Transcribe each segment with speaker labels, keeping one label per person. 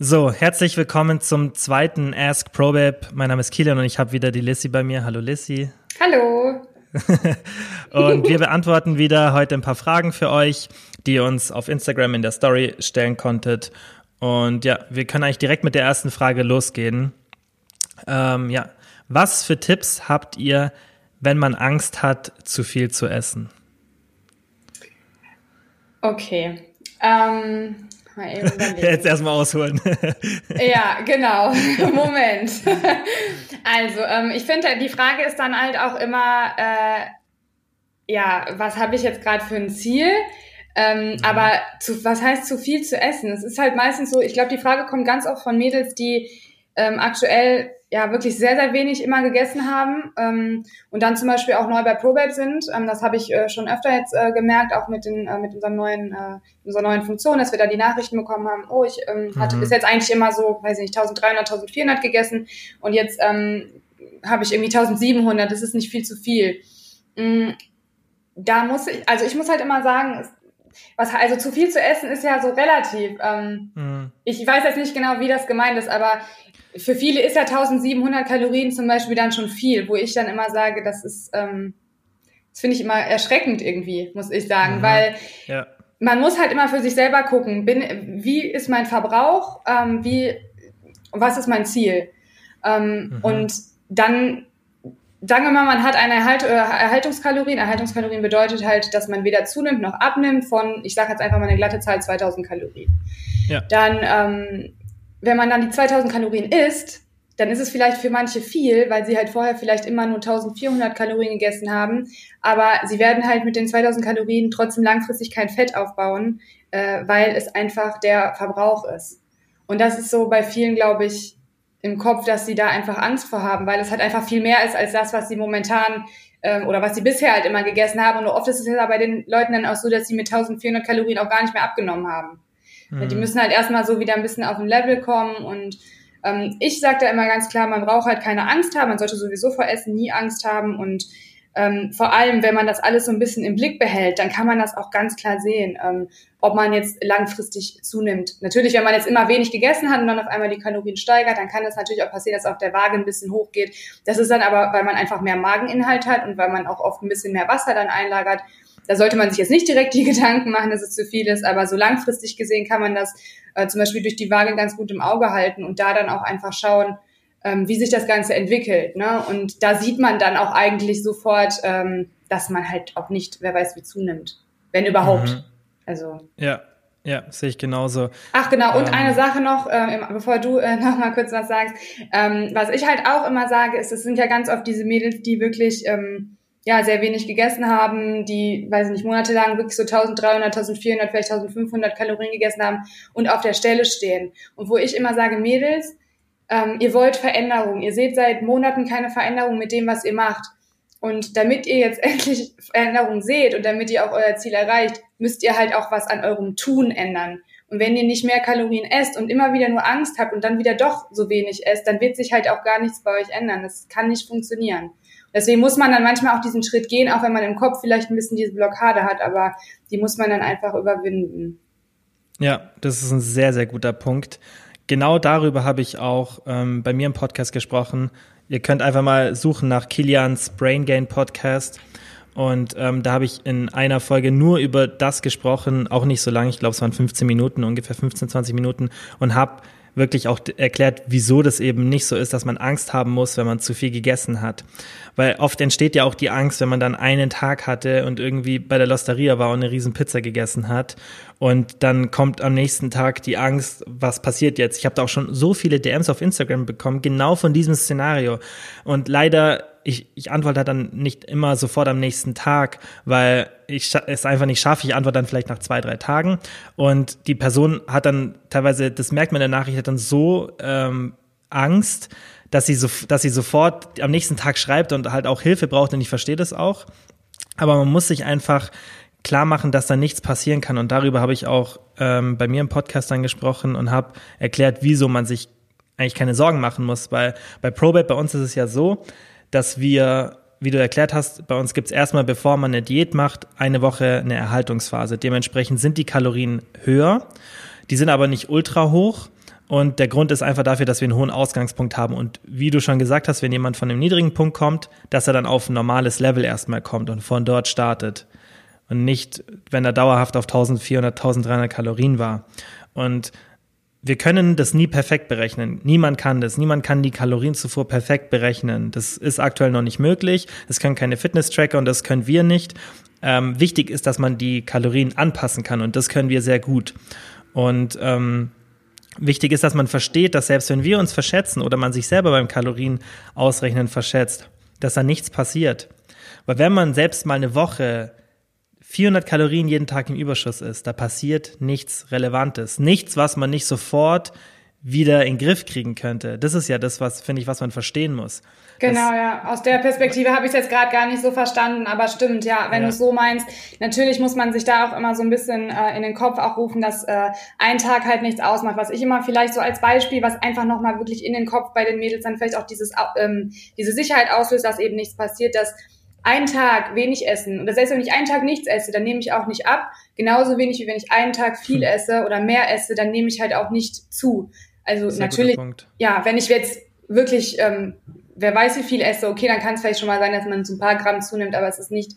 Speaker 1: So, herzlich willkommen zum zweiten Ask ProBabe. Mein Name ist Kilian und ich habe wieder die Lissy bei mir. Hallo Lissy.
Speaker 2: Hallo.
Speaker 1: Und wir beantworten wieder heute ein paar Fragen für euch, die ihr uns auf Instagram in der Story stellen konntet. Und ja, wir können eigentlich direkt mit der ersten Frage losgehen. Was für Tipps habt ihr, wenn man Angst hat, zu viel zu essen?
Speaker 2: Okay. Mal eben überlegen.
Speaker 1: Jetzt erstmal ausholen.
Speaker 2: Ja, genau. Moment. Also, ich finde, die Frage ist dann halt auch immer, was habe ich jetzt gerade für ein Ziel? Aber was heißt zu viel zu essen? Es ist halt meistens so, ich glaube, die Frage kommt ganz oft von Mädels, die aktuell ja wirklich sehr, sehr wenig immer gegessen haben und dann zum Beispiel auch neu bei ProBabe sind. Das habe ich schon öfter jetzt gemerkt, auch mit unserer neuen Funktion, dass wir da die Nachrichten bekommen haben, ich hatte bis jetzt eigentlich immer so, weiß ich nicht, 1300, 1400 gegessen und jetzt habe ich irgendwie 1700, das ist nicht viel zu viel. Ich muss halt immer sagen, also zu viel zu essen ist ja so relativ. Ich weiß jetzt nicht genau, wie das gemeint ist, aber für viele ist ja 1700 Kalorien zum Beispiel dann schon viel, wo ich dann immer sage, das finde ich immer erschreckend irgendwie, muss ich sagen, weil man muss halt immer für sich selber gucken, wie ist mein Verbrauch, was ist mein Ziel? Und dann sagen wir mal, man hat eine Erhaltungskalorien. Erhaltungskalorien bedeutet halt, dass man weder zunimmt noch abnimmt von, ich sage jetzt einfach mal eine glatte Zahl, 2000 Kalorien. Ja. Dann, wenn man dann die 2000 Kalorien isst, dann ist es vielleicht für manche viel, weil sie halt vorher vielleicht immer nur 1400 Kalorien gegessen haben. Aber sie werden halt mit den 2000 Kalorien trotzdem langfristig kein Fett aufbauen, weil es einfach der Verbrauch ist. Und das ist so bei vielen, glaube ich, im Kopf, dass sie da einfach Angst vor haben, weil es halt einfach viel mehr ist als das, was sie momentan oder was sie bisher halt immer gegessen haben. Und oft ist es ja bei den Leuten dann auch so, dass sie mit 1400 Kalorien auch gar nicht mehr abgenommen haben. Die müssen halt erstmal so wieder ein bisschen auf ein Level kommen. Und ich sage da immer ganz klar, man braucht halt keine Angst haben. Man sollte sowieso vor Essen nie Angst haben. Und vor allem, wenn man das alles so ein bisschen im Blick behält, dann kann man das auch ganz klar sehen, ob man jetzt langfristig zunimmt. Natürlich, wenn man jetzt immer wenig gegessen hat und dann auf einmal die Kalorien steigert, dann kann das natürlich auch passieren, dass auf der Waage ein bisschen hochgeht. Das ist dann aber, weil man einfach mehr Mageninhalt hat und weil man auch oft ein bisschen mehr Wasser dann einlagert. Da sollte man sich jetzt nicht direkt die Gedanken machen, dass es zu viel ist, aber so langfristig gesehen kann man das zum Beispiel durch die Waage ganz gut im Auge halten und da dann auch einfach schauen, wie sich das Ganze entwickelt, ne? Und da sieht man dann auch eigentlich sofort, dass man halt auch nicht, wer weiß wie zunimmt, wenn überhaupt. Also
Speaker 1: ja, sehe ich genauso.
Speaker 2: Ach genau, und eine Sache noch, bevor du noch mal kurz was sagst, was ich halt auch immer sage, ist, es sind ja ganz oft diese Mädels, die wirklich sehr wenig gegessen haben, die, weiß ich nicht, monatelang wirklich so 1300, 1400, vielleicht 1500 Kalorien gegessen haben und auf der Stelle stehen. Und wo ich immer sage, Mädels, ihr wollt Veränderung. Ihr seht seit Monaten keine Veränderung mit dem, was ihr macht. Und damit ihr jetzt endlich Veränderung seht und damit ihr auch euer Ziel erreicht, müsst ihr halt auch was an eurem Tun ändern. Und wenn ihr nicht mehr Kalorien esst und immer wieder nur Angst habt und dann wieder doch so wenig esst, dann wird sich halt auch gar nichts bei euch ändern. Das kann nicht funktionieren. Deswegen muss man dann manchmal auch diesen Schritt gehen, auch wenn man im Kopf vielleicht ein bisschen diese Blockade hat, aber die muss man dann einfach überwinden.
Speaker 1: Ja, das ist ein sehr, sehr guter Punkt. Genau darüber habe ich auch bei mir im Podcast gesprochen. Ihr könnt einfach mal suchen nach Kilians Brain Gain Podcast. Und da habe ich in einer Folge nur über das gesprochen, auch nicht so lange, ich glaube es waren 15 Minuten, ungefähr 15, 20 Minuten und habe wirklich auch erklärt, wieso das eben nicht so ist, dass man Angst haben muss, wenn man zu viel gegessen hat. Weil oft entsteht ja auch die Angst, wenn man dann einen Tag hatte und irgendwie bei der Losteria war und eine riesen Pizza gegessen hat und dann kommt am nächsten Tag die Angst, was passiert jetzt? Ich habe da auch schon so viele DMs auf Instagram bekommen, genau von diesem Szenario. Und leider ich antworte dann nicht immer sofort am nächsten Tag, weil ich es einfach nicht schaffe. Ich antworte dann vielleicht nach 2-3 Tagen und die Person hat dann teilweise, das merkt man in der Nachricht, hat dann so Angst, dass sie sofort am nächsten Tag schreibt und halt auch Hilfe braucht und ich verstehe das auch. Aber man muss sich einfach klar machen, dass da nichts passieren kann und darüber habe ich auch bei mir im Podcast dann gesprochen und habe erklärt, wieso man sich eigentlich keine Sorgen machen muss, weil bei ProBabe, bei uns ist es ja so, dass wir, wie du erklärt hast, bei uns gibt's erstmal, bevor man eine Diät macht, eine Woche eine Erhaltungsphase. Dementsprechend sind die Kalorien höher, die sind aber nicht ultra hoch, Und der Grund ist einfach dafür, dass wir einen hohen Ausgangspunkt haben. Und wie du schon gesagt hast, wenn jemand von einem niedrigen Punkt kommt, dass er dann auf ein normales Level erstmal kommt und von dort startet. Und nicht, wenn er dauerhaft auf 1400, 1300 Kalorien war. Und wir können das nie perfekt berechnen. Niemand kann das. Niemand kann die Kalorienzufuhr perfekt berechnen. Das ist aktuell noch nicht möglich. Das können keine Fitness-Tracker und das können wir nicht. Wichtig ist, dass man die Kalorien anpassen kann und das können wir sehr gut. Und wichtig ist, dass man versteht, dass selbst wenn wir uns verschätzen oder man sich selber beim Kalorienausrechnen verschätzt, dass da nichts passiert. Weil wenn man selbst mal eine Woche 400 Kalorien jeden Tag im Überschuss ist, da passiert nichts Relevantes. Nichts, was man nicht sofort wieder in den Griff kriegen könnte. Das ist ja das, was man verstehen muss.
Speaker 2: Genau, ja. Aus der Perspektive habe ich es jetzt gerade gar nicht so verstanden, aber stimmt, ja, wenn du es so meinst. Natürlich muss man sich da auch immer so ein bisschen in den Kopf auch rufen, dass ein Tag halt nichts ausmacht. Was ich immer vielleicht so als Beispiel, was einfach nochmal wirklich in den Kopf bei den Mädels dann vielleicht auch diese Sicherheit auslöst, dass eben nichts passiert, dass einen Tag wenig essen, oder selbst wenn ich einen Tag nichts esse, dann nehme ich auch nicht ab. Genauso wenig, wie wenn ich einen Tag viel esse oder mehr esse, dann nehme ich halt auch nicht zu. Also sehr natürlich, ja, wenn ich jetzt wirklich, wer weiß wie viel esse, okay, dann kann es vielleicht schon mal sein, dass man so ein paar Gramm zunimmt, aber es ist nicht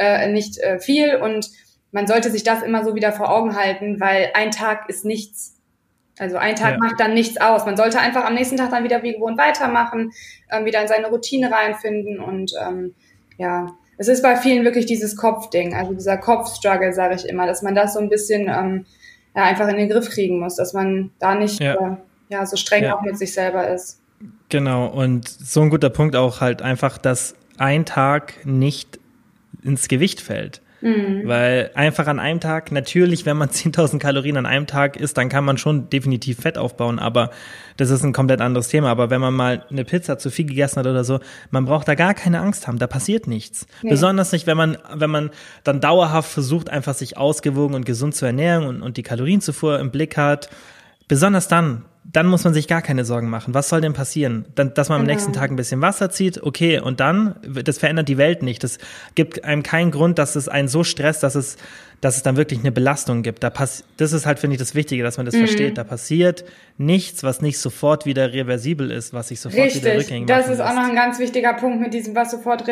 Speaker 2: viel und man sollte sich das immer so wieder vor Augen halten, weil ein Tag ist nichts. Also ein Tag macht dann nichts aus. Man sollte einfach am nächsten Tag dann wieder wie gewohnt weitermachen, wieder in seine Routine reinfinden und ja, es ist bei vielen wirklich dieses Kopfding, also dieser Kopfstruggle, sage ich immer, dass man das so ein bisschen einfach in den Griff kriegen muss, dass man da nicht so streng auch mit sich selber ist.
Speaker 1: Genau, und so ein guter Punkt auch halt einfach, dass ein Tag nicht ins Gewicht fällt. Mhm. Weil einfach an einem Tag, natürlich, wenn man 10.000 Kalorien an einem Tag isst, dann kann man schon definitiv Fett aufbauen, aber das ist ein komplett anderes Thema. Aber wenn man mal eine Pizza zu viel gegessen hat oder so, man braucht da gar keine Angst haben, da passiert nichts. Nee. Besonders nicht, wenn man dann dauerhaft versucht, einfach sich ausgewogen und gesund zu ernähren und die Kalorienzufuhr im Blick hat. Besonders dann muss man sich gar keine Sorgen machen. Was soll denn passieren? Dass man am nächsten Tag ein bisschen Wasser zieht, okay, und dann, das verändert die Welt nicht. Das gibt einem keinen Grund, dass es einen so stresst, dass es dann wirklich eine Belastung gibt. Das ist halt, finde ich, das Wichtige, dass man das versteht. Da passiert nichts, was nicht sofort wieder reversibel ist, was sich sofort wieder rückgängig macht.
Speaker 2: Das ist auch noch ein ganz wichtiger Punkt mit diesem, was sofort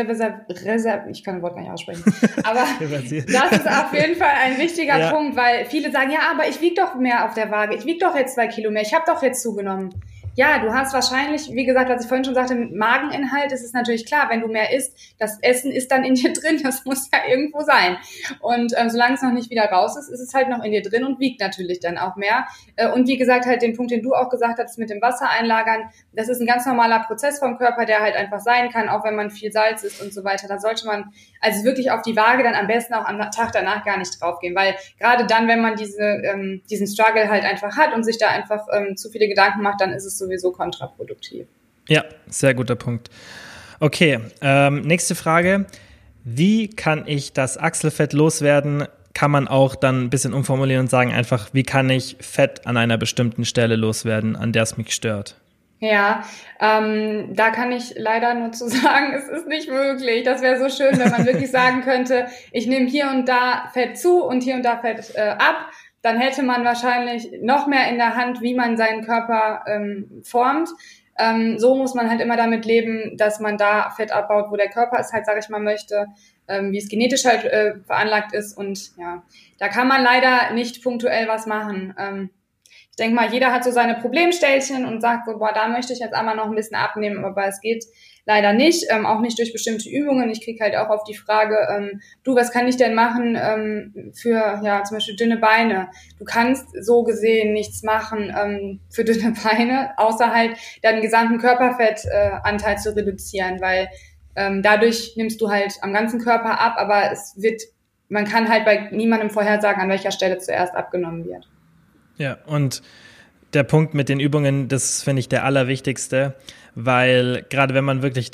Speaker 2: ich kann das Wort gar nicht aussprechen. Aber das ist auf jeden Fall ein wichtiger Punkt, weil viele sagen, ja, aber ich wiege doch mehr auf der Waage. Ich wiege doch jetzt 2 Kilo mehr. Ich habe doch jetzt zugenommen. Ja, du hast wahrscheinlich, wie gesagt, was ich vorhin schon sagte, mit Mageninhalt ist es natürlich klar, wenn du mehr isst, das Essen ist dann in dir drin, das muss ja irgendwo sein. Und solange es noch nicht wieder raus ist, ist es halt noch in dir drin und wiegt natürlich dann auch mehr. Und wie gesagt, halt den Punkt, den du auch gesagt hast, mit dem Wasser einlagern, das ist ein ganz normaler Prozess vom Körper, der halt einfach sein kann, auch wenn man viel Salz isst und so weiter. Da sollte man also wirklich auf die Waage dann am besten auch am Tag danach gar nicht draufgehen, weil gerade dann, wenn man diesen Struggle halt einfach hat und sich da einfach zu viele Gedanken macht, dann ist es sowieso kontraproduktiv.
Speaker 1: Ja, sehr guter Punkt. Okay, nächste Frage. Wie kann ich das Achselfett loswerden? Kann man auch dann ein bisschen umformulieren und sagen einfach, wie kann ich Fett an einer bestimmten Stelle loswerden, an der es mich stört?
Speaker 2: Ja, da kann ich leider nur zu sagen, es ist nicht möglich. Das wäre so schön, wenn man wirklich sagen könnte, ich nehme hier und da Fett zu und hier und da Fett ab. Dann hätte man wahrscheinlich noch mehr in der Hand, wie man seinen Körper formt. So muss man halt immer damit leben, dass man da Fett abbaut, wo der Körper es halt, sage ich mal, möchte, wie es genetisch halt veranlagt ist. Und ja, da kann man leider nicht punktuell was machen. Ich denke mal, jeder hat so seine Problemstellchen und sagt so, boah, da möchte ich jetzt einmal noch ein bisschen abnehmen, aber es geht leider nicht, auch nicht durch bestimmte Übungen. Ich kriege halt auch auf die Frage, du, was kann ich denn machen für, ja, zum Beispiel dünne Beine? Du kannst so gesehen nichts machen für dünne Beine, außer halt deinen gesamten Körperfettanteil zu reduzieren, weil dadurch nimmst du halt am ganzen Körper ab, aber man kann halt bei niemandem vorhersagen, an welcher Stelle zuerst abgenommen wird.
Speaker 1: Ja, und der Punkt mit den Übungen, das finde ich der allerwichtigste, weil gerade wenn man wirklich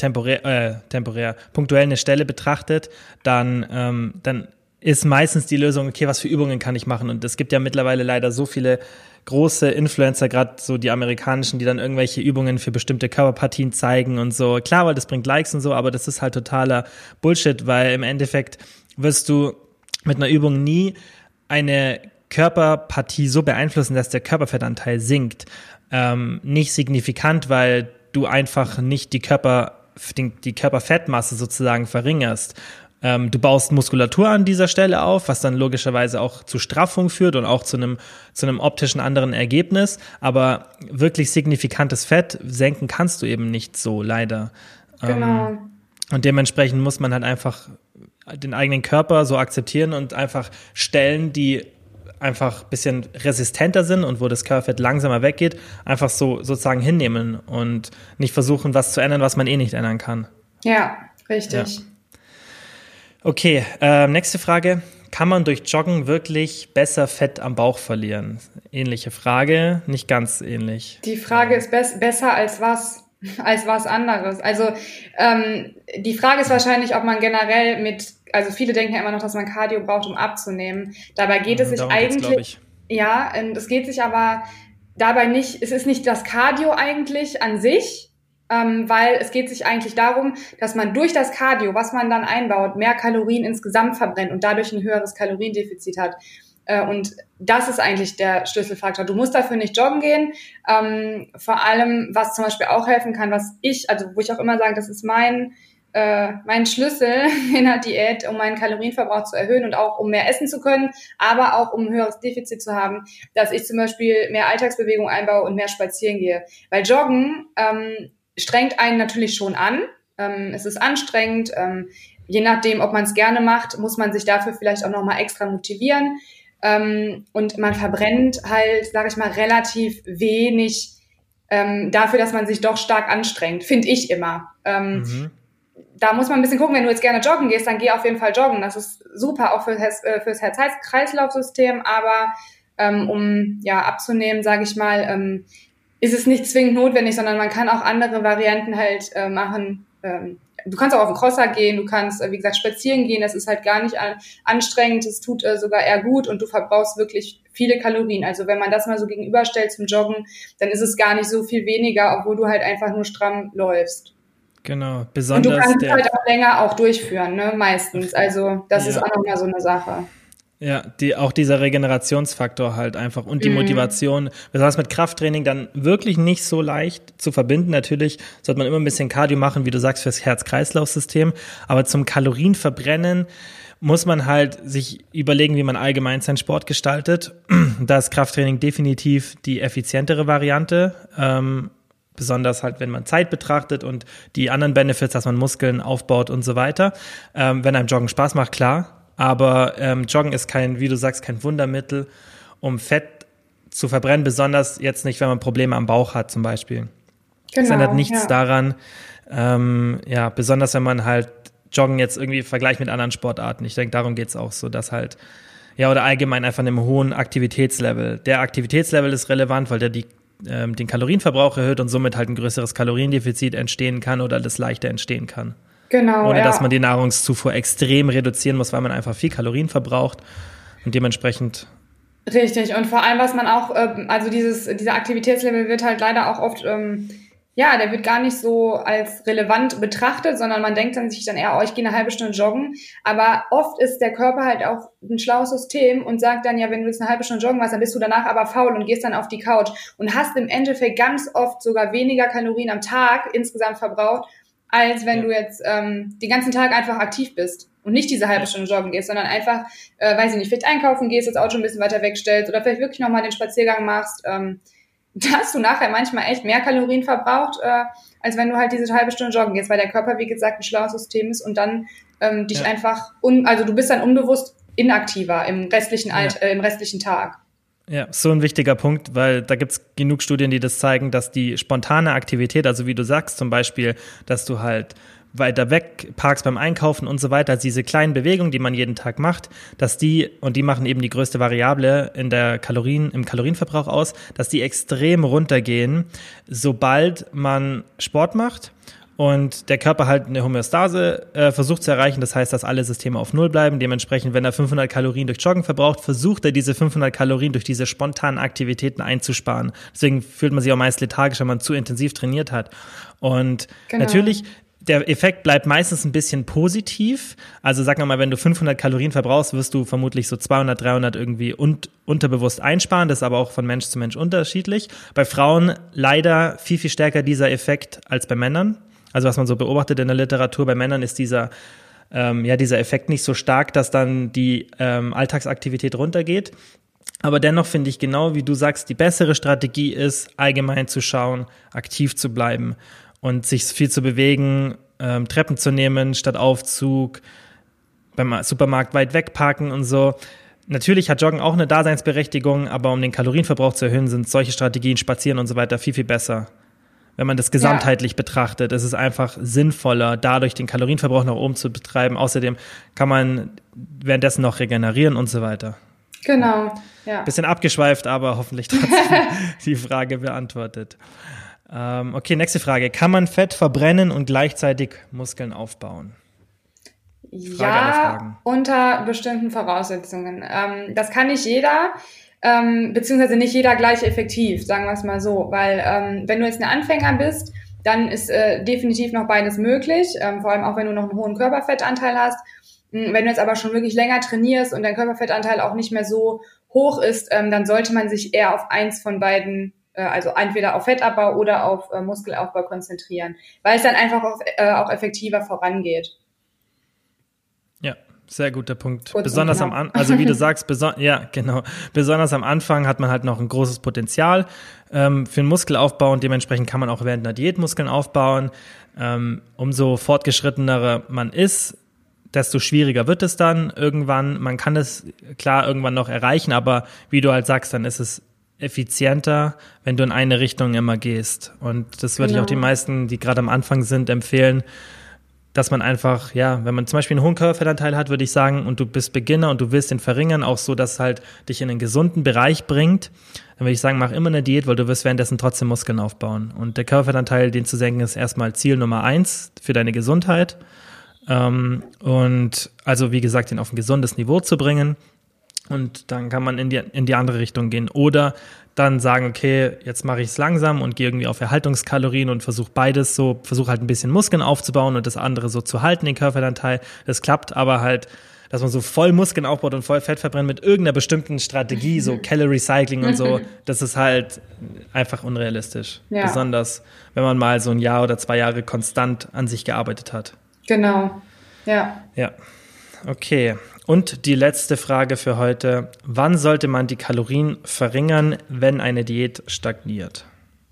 Speaker 1: punktuell eine Stelle betrachtet, dann ist meistens die Lösung, okay, was für Übungen kann ich machen? Und es gibt ja mittlerweile leider so viele große Influencer, gerade so die amerikanischen, die dann irgendwelche Übungen für bestimmte Körperpartien zeigen und so. Klar, weil das bringt Likes und so, aber das ist halt totaler Bullshit, weil im Endeffekt wirst du mit einer Übung nie eine Körperpartie so beeinflussen, dass der Körperfettanteil sinkt. nicht signifikant, weil du einfach nicht die Körperfettmasse sozusagen verringerst. Du baust Muskulatur an dieser Stelle auf, was dann logischerweise auch zu Straffung führt und auch zu einem optischen anderen Ergebnis. Aber wirklich signifikantes Fett senken kannst du eben nicht so, leider.
Speaker 2: Genau.
Speaker 1: Und dementsprechend muss man halt einfach den eigenen Körper so akzeptieren und einfach Stellen, die einfach ein bisschen resistenter sind und wo das Körperfett langsamer weggeht, einfach so sozusagen hinnehmen und nicht versuchen, was zu ändern, was man eh nicht ändern kann.
Speaker 2: Ja, richtig.
Speaker 1: Ja. Okay, nächste Frage. Kann man durch Joggen wirklich besser Fett am Bauch verlieren? Ähnliche Frage, nicht ganz ähnlich.
Speaker 2: Die Frage ist besser als was? Als was anderes. Also die Frage ist wahrscheinlich, ob man generell also viele denken ja immer noch, dass man Cardio braucht, um abzunehmen. Dabei geht es sich eigentlich, ja, es geht sich aber dabei nicht, es ist nicht das Cardio eigentlich an sich, weil es geht sich eigentlich darum, dass man durch das Cardio, was man dann einbaut, mehr Kalorien insgesamt verbrennt und dadurch ein höheres Kaloriendefizit hat. Und das ist eigentlich der Schlüsselfaktor. Du musst dafür nicht joggen gehen. Vor allem, was zum Beispiel auch helfen kann, wo ich auch immer sage, das ist mein Schlüssel in der Diät, um meinen Kalorienverbrauch zu erhöhen und auch um mehr essen zu können, aber auch um ein höheres Defizit zu haben, dass ich zum Beispiel mehr Alltagsbewegung einbaue und mehr spazieren gehe. Weil Joggen strengt einen natürlich schon an. Es ist anstrengend. Je nachdem, ob man es gerne macht, muss man sich dafür vielleicht auch nochmal extra motivieren. Und man verbrennt halt, sage ich mal, relativ wenig dafür, dass man sich doch stark anstrengt, finde ich immer. Da muss man ein bisschen gucken, wenn du jetzt gerne joggen gehst, dann geh auf jeden Fall joggen. Das ist super, auch fürs Herz-Kreislauf-System, aber um abzunehmen, sage ich mal, ist es nicht zwingend notwendig, sondern man kann auch andere Varianten halt machen. Du kannst auch auf den Crosser gehen, du kannst, wie gesagt, spazieren gehen, das ist halt gar nicht anstrengend, es tut sogar eher gut und du verbrauchst wirklich viele Kalorien. Also wenn man das mal so gegenüberstellt zum Joggen, dann ist es gar nicht so viel weniger, obwohl du halt einfach nur stramm läufst.
Speaker 1: Genau, besonders.
Speaker 2: Und du kannst es halt auch länger auch durchführen, ne, meistens. Also das ist auch nochmal so eine Sache.
Speaker 1: Ja, auch dieser Regenerationsfaktor halt einfach und die Motivation, besonders mit Krafttraining, dann wirklich nicht so leicht zu verbinden. Natürlich sollte man immer ein bisschen Cardio machen, wie du sagst, fürs Herz-Kreislauf-System. Aber zum Kalorienverbrennen muss man halt sich überlegen, wie man allgemein seinen Sport gestaltet. Da ist Krafttraining definitiv die effizientere Variante. Besonders halt, wenn man Zeit betrachtet und die anderen Benefits, dass man Muskeln aufbaut und so weiter. Wenn einem Joggen Spaß macht, klar. Aber Joggen ist wie du sagst, kein Wundermittel, um Fett zu verbrennen, besonders jetzt nicht, wenn man Probleme am Bauch hat zum Beispiel. Genau, es ändert nichts daran, besonders wenn man halt Joggen jetzt irgendwie vergleicht mit anderen Sportarten. Ich denke, darum geht's auch so, dass halt, oder allgemein einfach einem hohen Aktivitätslevel. Der Aktivitätslevel ist relevant, weil der den Kalorienverbrauch erhöht und somit halt ein größeres Kaloriendefizit entstehen kann oder das leichter entstehen kann.
Speaker 2: Genau,
Speaker 1: ohne dass man die Nahrungszufuhr extrem reduzieren muss, weil man einfach viel Kalorien verbraucht und dementsprechend.
Speaker 2: Richtig, und vor allem, was man auch, dieser Aktivitätslevel wird halt leider auch oft, der wird gar nicht so als relevant betrachtet, sondern man denkt dann sich dann eher, ich gehe eine halbe Stunde joggen, aber oft ist der Körper halt auch ein schlaues System und sagt dann, wenn du jetzt eine halbe Stunde joggen warst, dann bist du danach aber faul und gehst dann auf die Couch und hast im Endeffekt ganz oft sogar weniger Kalorien am Tag insgesamt verbraucht, als wenn du jetzt den ganzen Tag einfach aktiv bist und nicht diese halbe Stunde joggen gehst, sondern einfach, vielleicht einkaufen gehst, das Auto ein bisschen weiter wegstellst oder vielleicht wirklich nochmal den Spaziergang machst, da hast du nachher manchmal echt mehr Kalorien verbraucht, als wenn du halt diese halbe Stunde joggen gehst, weil der Körper, wie gesagt, ein schlaues System ist und dann dich einfach, du bist dann unbewusst inaktiver im restlichen Tag.
Speaker 1: Ja, so ein wichtiger Punkt, weil da gibt's genug Studien, die das zeigen, dass die spontane Aktivität, also wie du sagst zum Beispiel, dass du halt weiter weg parkst beim Einkaufen und so weiter, also diese kleinen Bewegungen, die man jeden Tag macht, die machen eben die größte Variable im Kalorienverbrauch aus, dass die extrem runtergehen, sobald man Sport macht. Und der Körper halt eine Homöostase versucht zu erreichen. Das heißt, dass alle Systeme auf Null bleiben. Dementsprechend, wenn er 500 Kalorien durch Joggen verbraucht, versucht er diese 500 Kalorien durch diese spontanen Aktivitäten einzusparen. Deswegen fühlt man sich auch meist lethargisch, wenn man zu intensiv trainiert hat. Und natürlich, der Effekt bleibt meistens ein bisschen positiv. Also sagen wir mal, wenn du 500 Kalorien verbrauchst, wirst du vermutlich so 200, 300 irgendwie unterbewusst einsparen. Das ist aber auch von Mensch zu Mensch unterschiedlich. Bei Frauen leider viel, viel stärker dieser Effekt als bei Männern. Also was man so beobachtet in der Literatur, bei Männern ist dieser Effekt nicht so stark, dass dann die Alltagsaktivität runtergeht. Aber dennoch finde ich genau, wie du sagst, die bessere Strategie ist, allgemein zu schauen, aktiv zu bleiben und sich viel zu bewegen, Treppen zu nehmen statt Aufzug, beim Supermarkt weit weg parken und so. Natürlich hat Joggen auch eine Daseinsberechtigung, aber um den Kalorienverbrauch zu erhöhen, sind solche Strategien, Spazieren und so weiter viel, viel besser. Wenn man das gesamtheitlich betrachtet, ist es einfach sinnvoller, dadurch den Kalorienverbrauch nach oben zu betreiben. Außerdem kann man währenddessen noch regenerieren und so weiter.
Speaker 2: Genau, ja.
Speaker 1: Bisschen abgeschweift, aber hoffentlich trotzdem die Frage beantwortet. Okay, nächste Frage. Kann man Fett verbrennen und gleichzeitig Muskeln aufbauen?
Speaker 2: Ja, unter bestimmten Voraussetzungen. Das kann nicht jeder, beziehungsweise nicht jeder gleich effektiv, sagen wir es mal so. Weil wenn du jetzt ein Anfänger bist, dann ist definitiv noch beides möglich, vor allem auch wenn du noch einen hohen Körperfettanteil hast. Wenn du jetzt aber schon wirklich länger trainierst und dein Körperfettanteil auch nicht mehr so hoch ist, dann sollte man sich eher auf eins von beiden, also entweder auf Fettabbau oder auf Muskelaufbau konzentrieren, weil es dann einfach auch effektiver vorangeht.
Speaker 1: Ja, sehr guter Punkt. Besonders am Anfang, also wie du sagst, besonders am Anfang hat man halt noch ein großes Potenzial für den Muskelaufbau und dementsprechend kann man auch während einer Diät Muskeln aufbauen. Umso fortgeschrittener man ist, desto schwieriger wird es dann irgendwann. Man kann es klar irgendwann noch erreichen, aber wie du halt sagst, dann ist es effizienter, wenn du in eine Richtung immer gehst. Und das würde ich auch die meisten, die gerade am Anfang sind, empfehlen, dass man einfach, wenn man zum Beispiel einen hohen Körperfettanteil hat, würde ich sagen, und du bist Beginner und du willst den verringern, auch so, dass es halt dich in einen gesunden Bereich bringt, dann würde ich sagen, mach immer eine Diät, weil du wirst währenddessen trotzdem Muskeln aufbauen. Und der Körperfettanteil, den zu senken, ist erstmal Ziel Nummer 1 für deine Gesundheit. Und also wie gesagt, den auf ein gesundes Niveau zu bringen und dann kann man in die andere Richtung gehen oder dann sagen, okay, jetzt mache ich es langsam und gehe irgendwie auf Erhaltungskalorien und versuche beides so, versuche halt ein bisschen Muskeln aufzubauen und das andere so zu halten, den Körperfettanteil. Das klappt aber halt, dass man so voll Muskeln aufbaut und voll Fett verbrennt mit irgendeiner bestimmten Strategie, so Calorie Cycling und so, das ist halt einfach unrealistisch. Ja. Besonders, wenn man mal so ein Jahr oder 2 Jahre konstant an sich gearbeitet hat.
Speaker 2: Genau, ja.
Speaker 1: Ja, okay. Und die letzte Frage für heute. Wann sollte man die Kalorien verringern, wenn eine Diät stagniert?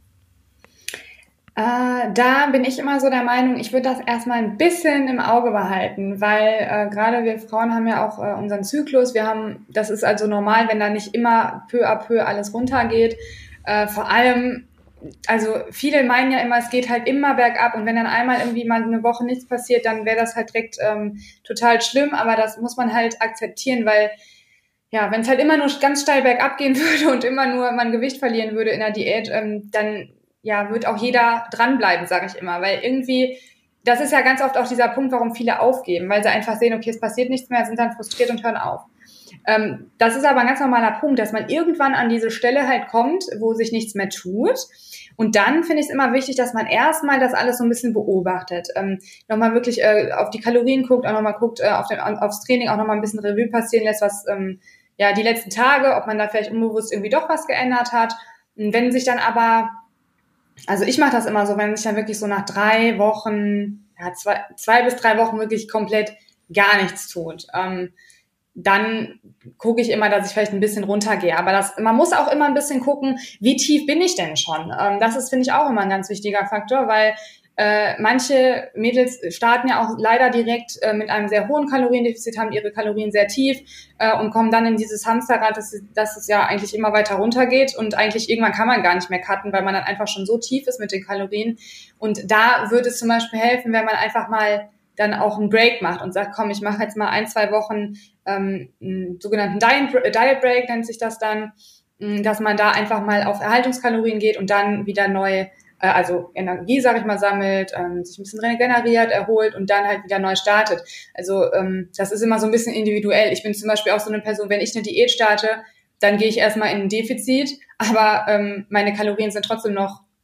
Speaker 2: Da bin ich immer so der Meinung, ich würde das erstmal ein bisschen im Auge behalten, weil gerade wir Frauen haben ja auch unseren Zyklus. Das ist also normal, wenn da nicht immer peu à peu alles runtergeht. Vor allem, also viele meinen ja immer, es geht halt immer bergab und wenn dann einmal irgendwie mal eine Woche nichts passiert, dann wäre das halt direkt total schlimm, aber das muss man halt akzeptieren, weil ja, wenn es halt immer nur ganz steil bergab gehen würde und immer nur man Gewicht verlieren würde in der Diät, dann wird auch jeder dranbleiben, sage ich immer, weil irgendwie, das ist ja ganz oft auch dieser Punkt, warum viele aufgeben, weil sie einfach sehen, okay, es passiert nichts mehr, sind dann frustriert und hören auf. Das ist aber ein ganz normaler Punkt, dass man irgendwann an diese Stelle halt kommt, wo sich nichts mehr tut. Und dann finde ich es immer wichtig, dass man erstmal das alles so ein bisschen beobachtet. Nochmal wirklich auf die Kalorien guckt, auch nochmal guckt aufs Training, auch nochmal ein bisschen Revue passieren lässt, was die letzten Tage, ob man da vielleicht unbewusst irgendwie doch was geändert hat. Und wenn sich dann aber, also ich mache das immer so, wenn sich dann wirklich so nach 3 Wochen, 2 bis 3 Wochen wirklich komplett gar nichts tut, dann gucke ich immer, dass ich vielleicht ein bisschen runtergehe. Aber man muss auch immer ein bisschen gucken, wie tief bin ich denn schon? Das ist, finde ich, auch immer ein ganz wichtiger Faktor, weil manche Mädels starten ja auch leider direkt mit einem sehr hohen Kaloriendefizit, haben ihre Kalorien sehr tief und kommen dann in dieses Hamsterrad, dass es ja eigentlich immer weiter runtergeht und eigentlich irgendwann kann man gar nicht mehr cutten, weil man dann einfach schon so tief ist mit den Kalorien. Und da würde es zum Beispiel helfen, wenn man einfach mal dann auch einen Break macht und sagt, komm, ich mache jetzt mal 1-2 Wochen einen sogenannten Diet Break, nennt sich das dann, dass man da einfach mal auf Erhaltungskalorien geht und dann wieder neu, also Energie, sag ich mal, sammelt, sich ein bisschen regeneriert, erholt und dann halt wieder neu startet. Also das ist immer so ein bisschen individuell. Ich bin zum Beispiel auch so eine Person, wenn ich eine Diät starte, dann gehe ich erstmal in ein Defizit, aber meine Kalorien sind trotzdem noch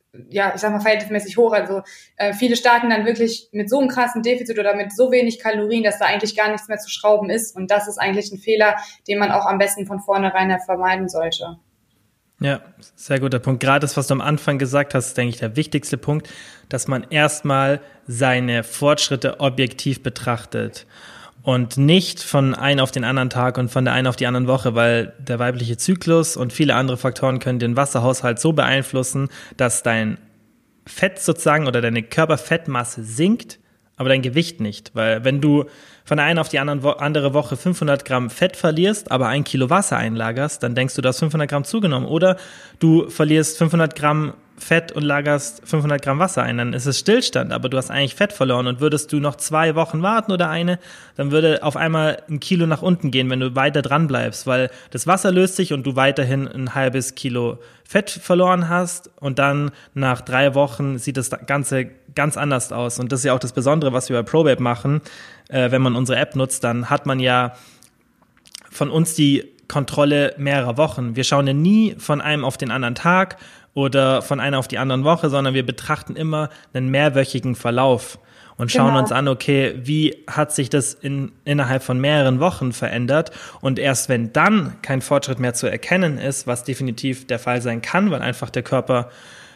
Speaker 2: ja, ich sag mal, verhältnismäßig hoch. Also viele starten dann wirklich mit so einem krassen Defizit oder mit so wenig Kalorien, dass da eigentlich gar nichts mehr zu schrauben ist. Und das ist eigentlich ein Fehler, den man auch am besten von vornherein vermeiden sollte.
Speaker 1: Ja, sehr guter Punkt. Gerade das, was du am Anfang gesagt hast, ist, denke ich, der wichtigste Punkt, dass man erstmal seine Fortschritte objektiv betrachtet und nicht von einem auf den anderen Tag und von der einen auf die andere Woche, weil der weibliche Zyklus und viele andere Faktoren können den Wasserhaushalt so beeinflussen, dass dein Fett sozusagen oder deine Körperfettmasse sinkt, aber dein Gewicht nicht. Weil wenn du von der einen auf die andere Woche 500 Gramm Fett verlierst, aber 1 Kilo Wasser einlagerst, dann denkst du, du hast 500 Gramm zugenommen. Oder du verlierst 500 Gramm Fett und lagerst 500 Gramm Wasser ein, dann ist es Stillstand, aber du hast eigentlich Fett verloren. Und würdest du noch 2 Wochen warten oder eine, dann würde auf einmal 1 Kilo nach unten gehen, wenn du weiter dran bleibst, weil das Wasser löst sich und du weiterhin ein halbes Kilo Fett verloren hast und dann nach 3 Wochen sieht das Ganze ganz anders aus. Und das ist ja auch das Besondere, was wir bei Probabe machen. Wenn man unsere App nutzt, dann hat man ja von uns die Kontrolle mehrerer Wochen. Wir schauen ja nie von einem auf den anderen Tag oder von einer auf die andere Woche, sondern wir betrachten immer einen mehrwöchigen Verlauf und schauen uns an, okay, wie hat sich das innerhalb von mehreren Wochen verändert, und erst wenn dann kein Fortschritt mehr zu erkennen ist, was definitiv der Fall sein kann, weil einfach der Körper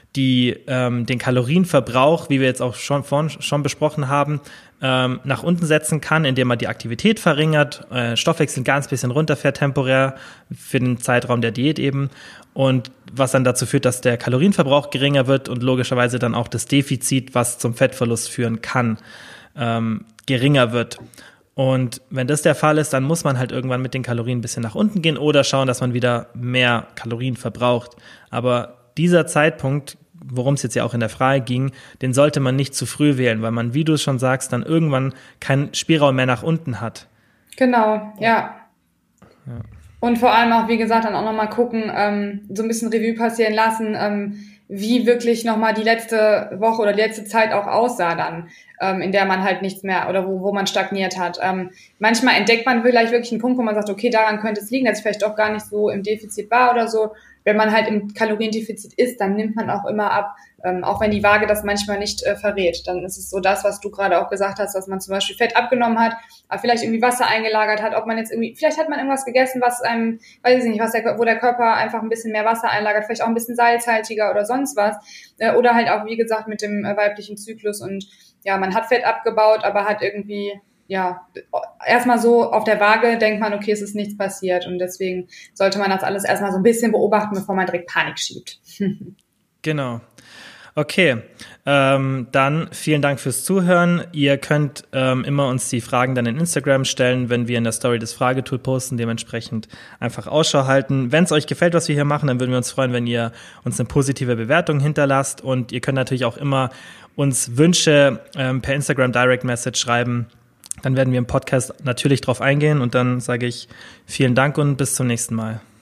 Speaker 1: den Kalorienverbrauch, wie wir jetzt auch schon besprochen haben, nach unten setzen kann, indem man die Aktivität verringert, Stoffwechsel ein ganz bisschen runterfährt temporär für den Zeitraum der Diät eben, und was dann dazu führt, dass der Kalorienverbrauch geringer wird und logischerweise dann auch das Defizit, was zum Fettverlust führen kann, geringer wird. Und wenn das der Fall ist, dann muss man halt irgendwann mit den Kalorien ein bisschen nach unten gehen oder schauen, dass man wieder mehr Kalorien verbraucht. Aber dieser Zeitpunkt, worum es jetzt ja auch in der Frage ging, den sollte man nicht zu früh wählen, weil man, wie du es schon sagst, dann irgendwann keinen Spielraum mehr nach unten hat.
Speaker 2: Genau, ja. Und vor allem auch, wie gesagt, dann auch nochmal gucken, so ein bisschen Revue passieren lassen, wie wirklich nochmal die letzte Woche oder die letzte Zeit auch aussah dann, in der man halt nichts mehr oder wo man stagniert hat. Manchmal entdeckt man vielleicht wirklich einen Punkt, wo man sagt, okay, daran könnte es liegen, dass ich vielleicht auch gar nicht so im Defizit war oder so. Wenn man halt im Kaloriendefizit ist, dann nimmt man auch immer ab, auch wenn die Waage das manchmal nicht verrät. Dann ist es so das, was du gerade auch gesagt hast, dass man zum Beispiel Fett abgenommen hat, aber vielleicht irgendwie Wasser eingelagert hat, ob man jetzt irgendwie, vielleicht hat man irgendwas gegessen, was einem, weiß ich nicht, wo der Körper einfach ein bisschen mehr Wasser einlagert, vielleicht auch ein bisschen salzhaltiger oder sonst was. Oder halt auch, wie gesagt, mit dem weiblichen Zyklus, und ja, man hat Fett abgebaut, aber hat irgendwie, ja, erstmal so auf der Waage denkt man, okay, es ist nichts passiert, und deswegen sollte man das alles erstmal so ein bisschen beobachten, bevor man direkt Panik schiebt.
Speaker 1: Genau. Okay, dann vielen Dank fürs Zuhören. Ihr könnt immer uns die Fragen dann in Instagram stellen, wenn wir in der Story das Fragetool posten, dementsprechend einfach Ausschau halten. Wenn es euch gefällt, was wir hier machen, dann würden wir uns freuen, wenn ihr uns eine positive Bewertung hinterlasst, und ihr könnt natürlich auch immer uns Wünsche per Instagram Direct Message schreiben. Dann werden wir im Podcast natürlich drauf eingehen, und dann sage ich vielen Dank und bis zum nächsten Mal.